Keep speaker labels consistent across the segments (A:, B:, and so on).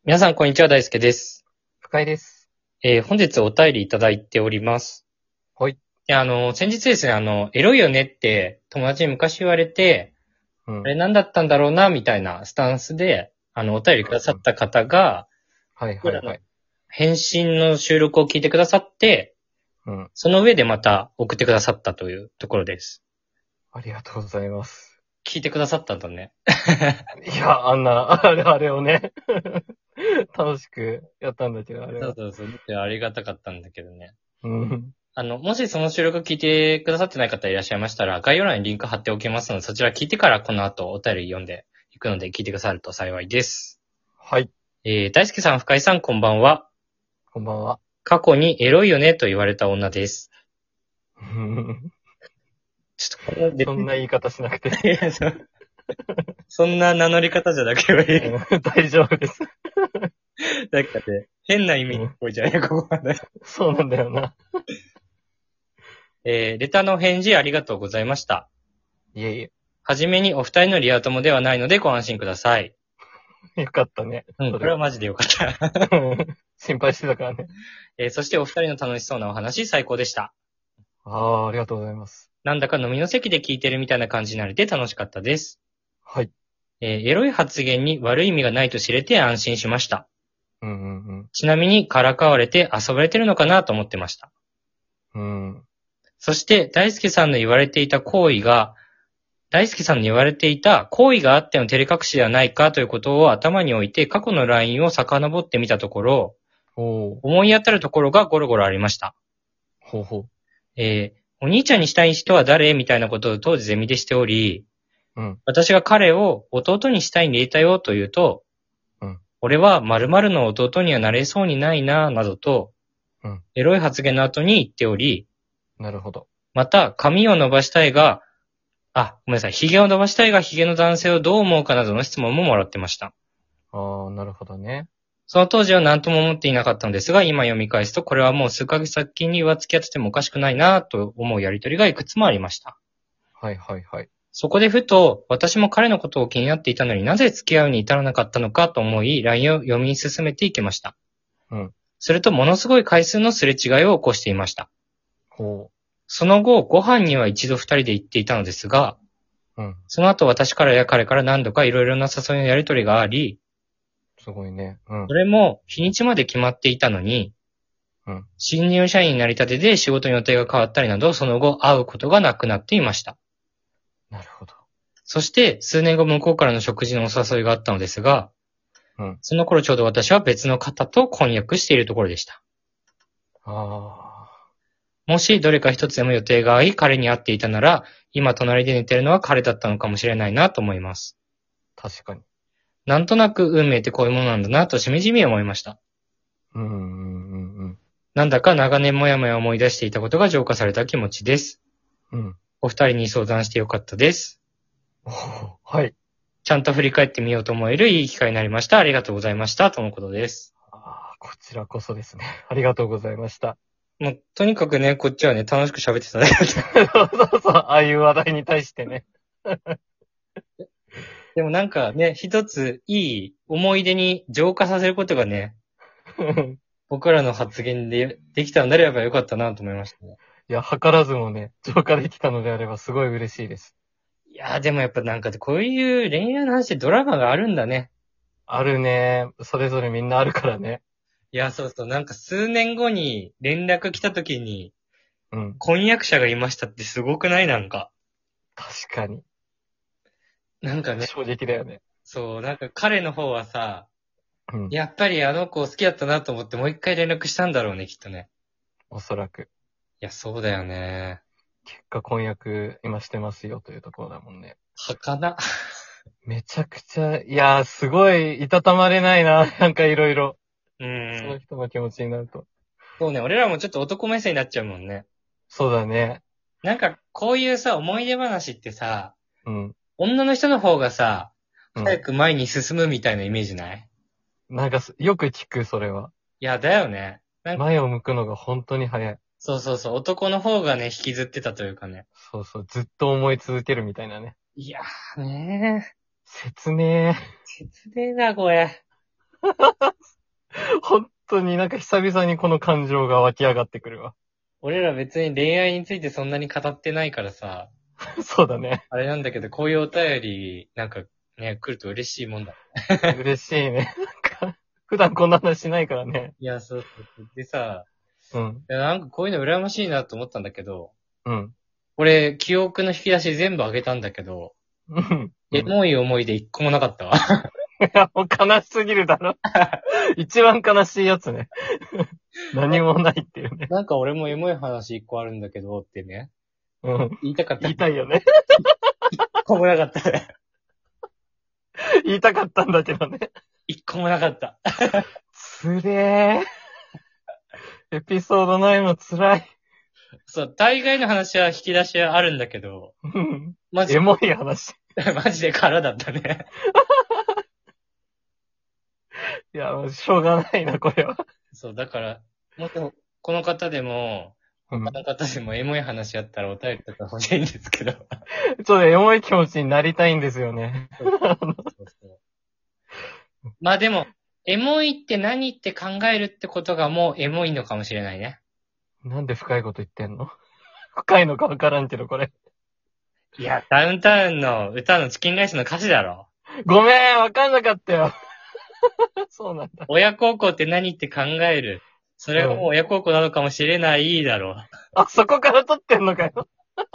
A: 皆さん、こんにちは。大輔です。
B: 深井です。
A: 本日お便りいただいております。
B: はい。
A: 先日ですね、エロいよねって友達に昔言われて、
B: うん。
A: あれ何だったんだろうな、みたいなスタンスで、お便りくださった方が、
B: はい
A: 僕らの
B: はいはい。
A: 返信の収録を聞いてくださって、
B: うん。
A: その上でまた送ってくださったというところです。
B: ありがとうございます。
A: 聞いてくださったんだね。
B: いや、あれをね、楽しくやったんだけど、あれは。
A: そうそうそう。見てありがたかったんだけどね。
B: うん。
A: もしその収録聞いてくださってない方いらっしゃいましたら、概要欄にリンク貼っておきますので、そちら聞いてからこの後お便り読んでいくので聞いてくださると幸いです。
B: はい。
A: 大輔さん、深井さん、こんばんは。
B: こんばんは。
A: 過去にエロいよねと言われた女です。
B: うん。
A: ちょっとこの別に、
B: そんな言い方しなくて。
A: いやそんな名乗り方じゃなければいい。
B: うん、大丈夫です。
A: なんかね、変な意味っ
B: うん。
A: ぽいじゃない、ここはね。
B: そうなんだよな。
A: レターの返事ありがとうございました。
B: いえい
A: はじめにお二人のリア友ではないのでご安心ください。
B: え。よかったね。
A: うん、
B: それは。
A: これはマジでよかった。
B: うん心配してたからね。
A: そしてお二人の楽しそうなお話最高でした。
B: ああ、ありがとうございます。
A: なんだか飲みの席で聞いてるみたいな感じになれて楽しかったです。
B: はい。
A: エロい発言に悪い意味がないと知れて安心しました。
B: うん
A: ちなみにからかわれて遊ばれてるのかなと思ってました。
B: うんうん。うん。
A: そして大輔さんの言われていた行為が、大輔さんの言われていた行為があっての照れ隠しではないかということを頭に置いて過去の LINE を遡ってみたところ、
B: おー。
A: 思い当たるところがゴロゴロありました。
B: ほうほ
A: お兄ちゃんにしたい人は誰みたいなことを当時ゼミでしており、
B: う。うん。
A: 私が彼を弟にしたいんでいたよと言うと、
B: うん。
A: 俺は〇〇の弟にはなれそうにないな、などと、
B: うん。
A: エロい発言の後に言っており、
B: なるほど。
A: また、髪を伸ばしたいが、ごめんなさい、髭を伸ばしたいが髭の男性をどう思うかなどの質問ももらってました。
B: ああ、なるほどね。
A: その当時は何とも思っていなかったのですが、今読み返すと、これはもう数ヶ月先には付き合っててもおかしくないなと思うやりとりがいくつもありました。
B: はいはいはい。
A: そこでふと、私も彼のことを気になっていたのになぜ付き合うに至らなかったのかと思い、LINE を読み進めていきました。
B: うん。
A: すると、ものすごい回数のすれ違いを起こしていました。
B: ほ
A: その後、ご飯には一度二人で行っていたのですが、
B: う。うん。
A: その後私からや彼から何度かいろいろな誘いのやりとりがあり、
B: すごいね。うん。
A: それも日にちまで決まっていたのに、
B: うん。
A: 新入社員になりたてで仕事の予定が変わったりなど、その後会うことがなくなっていました。
B: なるほど。
A: そして数年後向こうからの食事のお誘いがあったのですが、
B: うん。
A: その頃ちょうど私は別の方と婚約しているところでした。
B: あ
A: もしどれか一つでも予定が合い彼に会っていたなら、今隣で寝てるのは彼だったのかもしれないなと思います。
B: あ、確かに。
A: なんとなく運命ってこういうものなんだなとしみじみ思いました。
B: うんうん
A: なんだか長年もやもや思い出していたことが浄化された気持ちです。
B: うん。うん。
A: お二人に相談してよかったです。
B: おーはい。
A: ちゃんと振り返ってみようと思えるいい機会になりました。ありがとうございました。とのことです。
B: ああ、こちらこそですね。ありがとうございました。
A: もう、とにかくね、こっちはね、楽しく喋ってたね。
B: そうそうそう。ああいう話題に対してね。
A: でもなんかね、一ついい思い出に浄化させることがね、僕らの発言でできたんであればよかったなと思いましたね。
B: いや、図らずもね、浄化できたのであればすごい嬉しいです。
A: いやーでもやっぱなんかこういう恋愛の話でドラマがあるんだね。
B: あるね。それぞれみんなあるからね。
A: いや、そうそう、なんか数年後に連絡来た時に、
B: うん。
A: 婚約者がいましたってすごくないなんか。
B: 確かに。
A: なんかね、
B: 衝撃だよね。
A: そう、なんか彼の方はさ、
B: うん。
A: やっぱりあの子好きだったなと思ってもう一回連絡したんだろうね、きっとね。
B: おそらく。
A: いや、そうだよね。
B: 結果婚約今してますよというところだもんね。
A: 儚。
B: めちゃくちゃ、いやー、すごい、いたたまれないな。なんかいろいろ。
A: う
B: その
A: ん。
B: 人の気持ちになると。
A: そうね、俺らもちょっと男目線になっちゃうもんね。
B: そうだね。
A: なんか、こういうさ、思い出話ってさ、
B: うん。
A: 女の人の方がさ、
B: うん。
A: 早く前に進むみたいなイメージない？
B: なんかよく聞く、それは。
A: いや、だよね。なんか、
B: 前を向くのが本当に早い。
A: そうそうそう、男の方がね、引きずってたというかね。
B: そうそう、ずっと思い続けるみたいなね。
A: いやーね
B: 説明。
A: ー、切ねえな、これ。
B: 本当になんか久々にこの感情が湧き上がってくるわ。
A: 俺ら別に恋愛についてそんなに語ってないからさ、
B: そうだね。
A: あれなんだけど、こういうお便り、なんかね、来ると嬉しいもんだ。
B: 嬉しいね。なんか、普段こんな話しないからね。
A: いや、そうそうそう。でさ、
B: うん。
A: いやなんかこういうの羨ましいなと思ったんだけど、
B: うん。
A: 俺、記憶の引き出し全部あげたんだけど、
B: うん。
A: エモい思い出一個もなかったわ。
B: いや、もう悲しすぎるだろ。一番悲しいやつね。何もないっていうね。
A: なんか俺もエモい話一個あるんだけどってね、
B: うん。
A: 言いたかった。
B: 言いたいよね。
A: 一個もなかったね。
B: 言いたかったんだけどね。
A: 一個もなかった。
B: つれー。エピソードないの辛い。
A: そう、大概の話は引き出しはあるんだけど、
B: うん
A: マジ
B: エ、モい話。
A: マジで空だったね。
B: いや、もうしょうがないな、これは。
A: そう、だから、もっと、この方でも、
B: うん
A: 他の方でもエモい話あったらお便りとか欲しいんですけど。
B: ちょっとエモい気持ちになりたいんですよね。
A: そうそうまあでも、エモいって何って考えるってことがもうエモいのかもしれないね。
B: なんで深いこと言ってんの深いのかわからんけど、これ。
A: いや、ダウンタウンの歌のチキンライスの歌詞だろ。
B: ごめん、わかんなかったよ。そうなんだ。
A: 親孝行って何って考える。それがもう親孝行なのかもしれないだろう。
B: あ、そこから撮ってんのかよ。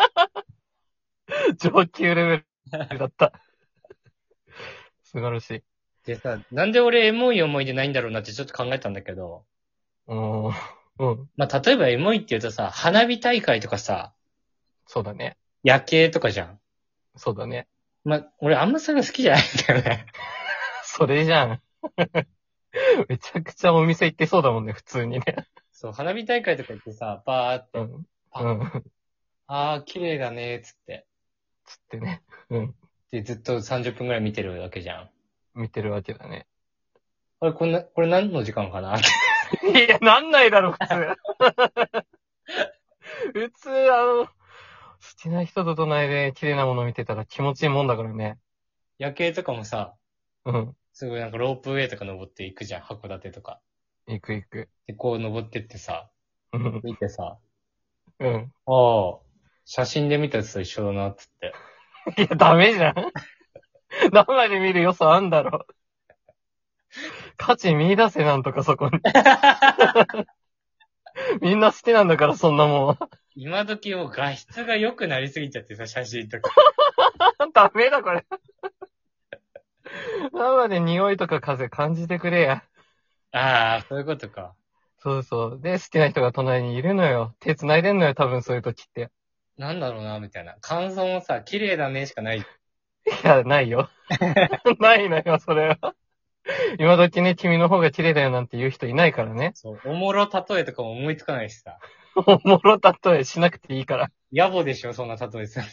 B: 上級レベルだった。素晴らしい。
A: でさ、なんで俺エモい思い出ないんだろうなってちょっと考えたんだけど、
B: うん。うん。
A: まあ例えばエモいって言うとさ、花火大会とかさ、
B: そうだね。
A: 夜景とかじゃん。
B: そうだね。
A: まあ、俺あんまそれが好きじゃないんだよね。
B: それじゃん。めちゃくちゃお店行ってそうだもんね、普通にね。
A: そう、花火大会とか行ってさ、バーって、
B: うん。うん。
A: あー、綺麗だね、つって。
B: つってね。うん。
A: で、ずっと30分くらい見てるわけじゃん。
B: 見てるわけだね。
A: これ何の時間かなって。
B: いや、なんないだろ、普通。普通、好きな人と隣で綺麗なもの見てたら気持ちいいもんだからね。
A: 夜景とかもさ、
B: うん。
A: すごいなんかロープウェイとか登っていくじゃん、函館とか。
B: 行く行く。
A: で、こう登ってってさ、
B: うん。
A: 見てさ、
B: うん。
A: ああ、写真で見たやつと一緒だな、つって。
B: いや、ダメじゃん。生で見る良さあんだろ。価値見出せなんとかそこに。みんな好きなんだから、そんなもん。
A: 今時もう画質が良くなりすぎちゃってさ、写真とか。
B: ダメだ、これ。生で匂いとか風感じてくれや。
A: ああ、そういうことか。
B: そうそう。で、好きな人が隣にいるのよ。手繋いでんのよ、多分そういう時って。
A: なんだろうな、みたいな。感想もさ、綺麗だねしかない。
B: いや、ないよ。ないのよ、それは。今時ね、君の方が綺麗だよなんて言う人いないからね。
A: そう、おもろ例えとかも思いつかないしさ。
B: おもろ例えしなくていいから。
A: 野暮でしょ、そんな例えする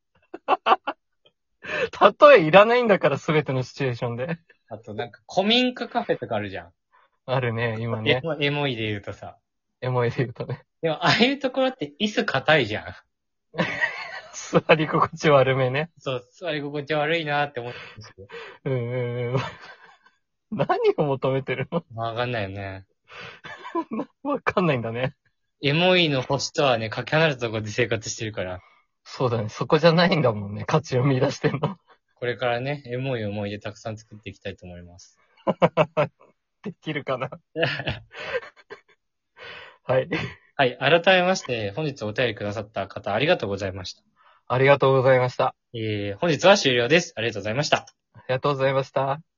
B: 例えいらないんだから、すべてのシチュエーションで。
A: の。あとなんか、古民家カフェとかあるじゃん。
B: あるね、今ね。
A: エモいで言うとさ。
B: エモいで言うとね。
A: でも、ああいうところって椅子硬いじゃん。
B: 座り心地悪めね。
A: そう、座り心地悪いなって思ってるんですけど。
B: うん。何を求めてるの
A: わかんないよね。
B: わかんないんだね。
A: エモいの星とはね、かけ離れたところで生活してるから。
B: そうだね。そこじゃないんだもんね。価値を見出してんの。
A: これからね、エモい思い出たくさん作っていきたいと思います。
B: できるかなはい。
A: はい、改めまして、本日お便りくださった方、ありがとうございました。
B: ありがとうございました。
A: 本日は終了です。ありがとうございました。
B: ありがとうございました。